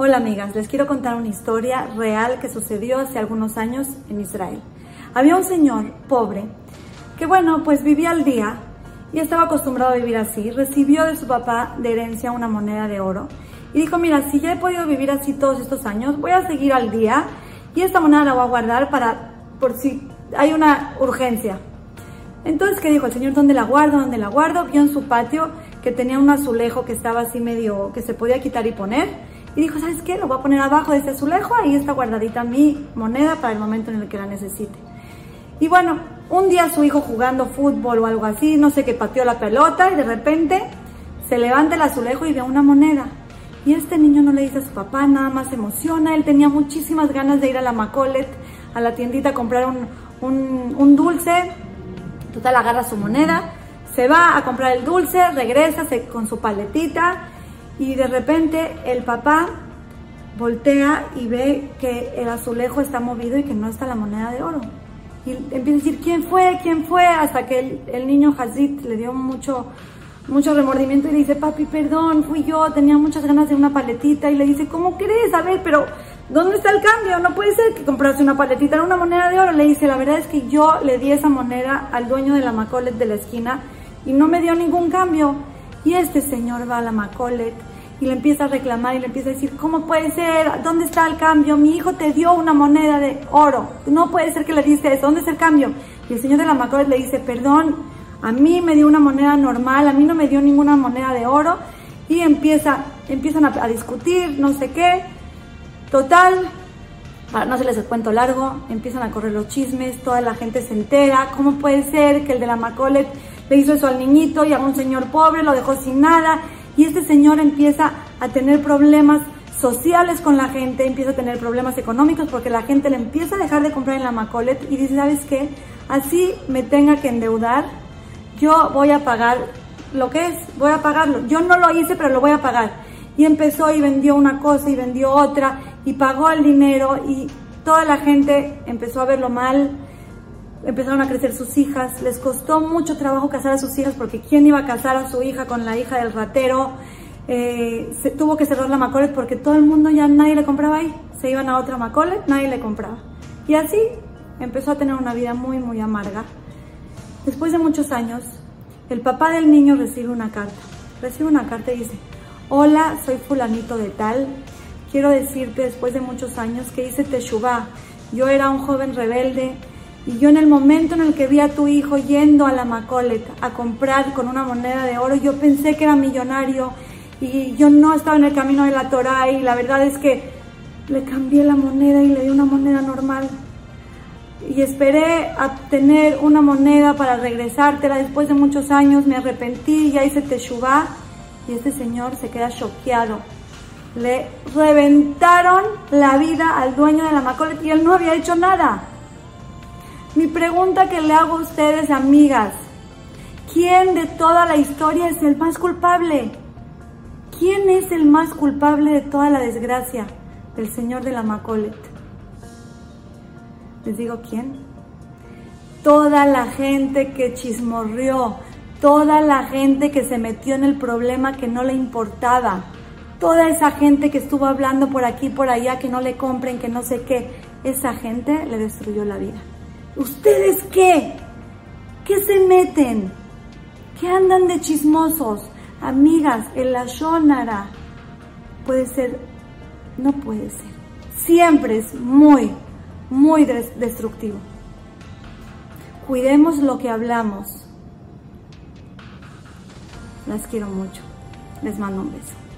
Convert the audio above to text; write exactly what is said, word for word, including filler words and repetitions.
Hola amigas, les quiero contar una historia real que sucedió hace algunos años en Israel. Había un señor pobre que bueno, pues vivía al día y estaba acostumbrado a vivir así. Recibió de su papá de herencia una moneda de oro y dijo, mira, si ya he podido vivir así todos estos años, voy a seguir al día y esta moneda la voy a guardar para, por si hay una urgencia. Entonces, ¿qué dijo el señor? ¿Dónde la guardo? ¿Dónde la guardo? Vio en su patio que tenía un azulejo que estaba así medio, que se podía quitar y poner. Y dijo, ¿sabes qué? Lo voy a poner abajo de ese azulejo, ahí está guardadita mi moneda para el momento en el que la necesite. Y bueno, un día su hijo jugando fútbol o algo así, no sé qué, pateó la pelota y de repente se levanta el azulejo y ve una moneda. Y este niño no le dice a su papá, nada más se emociona. Él tenía muchísimas ganas de ir a la Makkolet, a la tiendita a comprar un, un, un dulce. Total, agarra su moneda, se va a comprar el dulce, regresa se, con su paletita. Y de repente el papá voltea y ve que el azulejo está movido y que no está la moneda de oro. Y empieza a decir, ¿quién fue? ¿Quién fue? Hasta que el, el niño Hazit le dio mucho, mucho remordimiento y le dice, papi, perdón, fui yo, tenía muchas ganas de una paletita. Y le dice, ¿cómo crees? A ver, pero ¿dónde está el cambio? No puede ser que compraste una paletita, era una moneda de oro. Le dice, la verdad es que yo le di esa moneda al dueño de la Makkolet de la esquina y no me dio ningún cambio. Y este señor va a la Makkolet y le empieza a reclamar y le empieza a decir, ¿cómo puede ser? ¿Dónde está el cambio? Mi hijo te dio una moneda de oro. No puede ser que le diste eso. ¿Dónde está el cambio? Y el señor de la Makkolet le dice, perdón, a mí me dio una moneda normal, a mí no me dio ninguna moneda de oro. Y empieza, empiezan a, a discutir, no sé qué. Total, para no se les cuento largo, empiezan a correr los chismes, toda la gente se entera. ¿Cómo puede ser que el de la Makkolet le hizo eso al niñito y a un señor pobre lo dejó sin nada? Y este señor empieza a tener problemas sociales con la gente, empieza a tener problemas económicos porque la gente le empieza a dejar de comprar en la Makkolet y dice, ¿sabes qué? Así me tenga que endeudar, yo voy a pagar lo que es, voy a pagarlo. Yo no lo hice, pero lo voy a pagar. Y empezó y vendió una cosa y vendió otra y pagó el dinero y toda la gente empezó a verlo mal. Empezaron a crecer sus hijas, les costó mucho trabajo casar a sus hijas porque ¿quién iba a casar a su hija con la hija del ratero? Eh, se, tuvo que cerrar la Makkolet porque todo el mundo ya nadie le compraba ahí. Se iban a otra Makkolet, nadie le compraba. Y así empezó a tener una vida muy, muy amarga. Después de muchos años, el papá del niño recibe una carta. Recibe una carta y dice, hola, soy fulanito de tal. Quiero decirte después de muchos años que hice teshuvá. Yo era un joven rebelde. Y yo en el momento en el que vi a tu hijo yendo a la Makkolet a comprar con una moneda de oro, yo pensé que era millonario y yo no estaba en el camino de la Torá y la verdad es que le cambié la moneda y le di una moneda normal. Y esperé a tener una moneda para regresártela después de muchos años, me arrepentí, ya hice teshuvá y este señor se queda choqueado. Le reventaron la vida al dueño de la Makkolet y él no había hecho nada. Mi pregunta que le hago a ustedes, amigas, ¿quién de toda la historia es el más culpable? ¿Quién es el más culpable de toda la desgracia del señor de la Makkolet? Les digo, ¿quién? Toda la gente que chismorreó, toda la gente que se metió en el problema que no le importaba, toda esa gente que estuvo hablando por aquí, por allá, que no le compren, que no sé qué, esa gente le destruyó la vida. ¿Ustedes qué? ¿Qué se meten? ¿Qué andan de chismosos? Amigas, el lashon hara puede ser, no puede ser. Siempre es muy, muy destructivo. Cuidemos lo que hablamos. Las quiero mucho. Les mando un beso.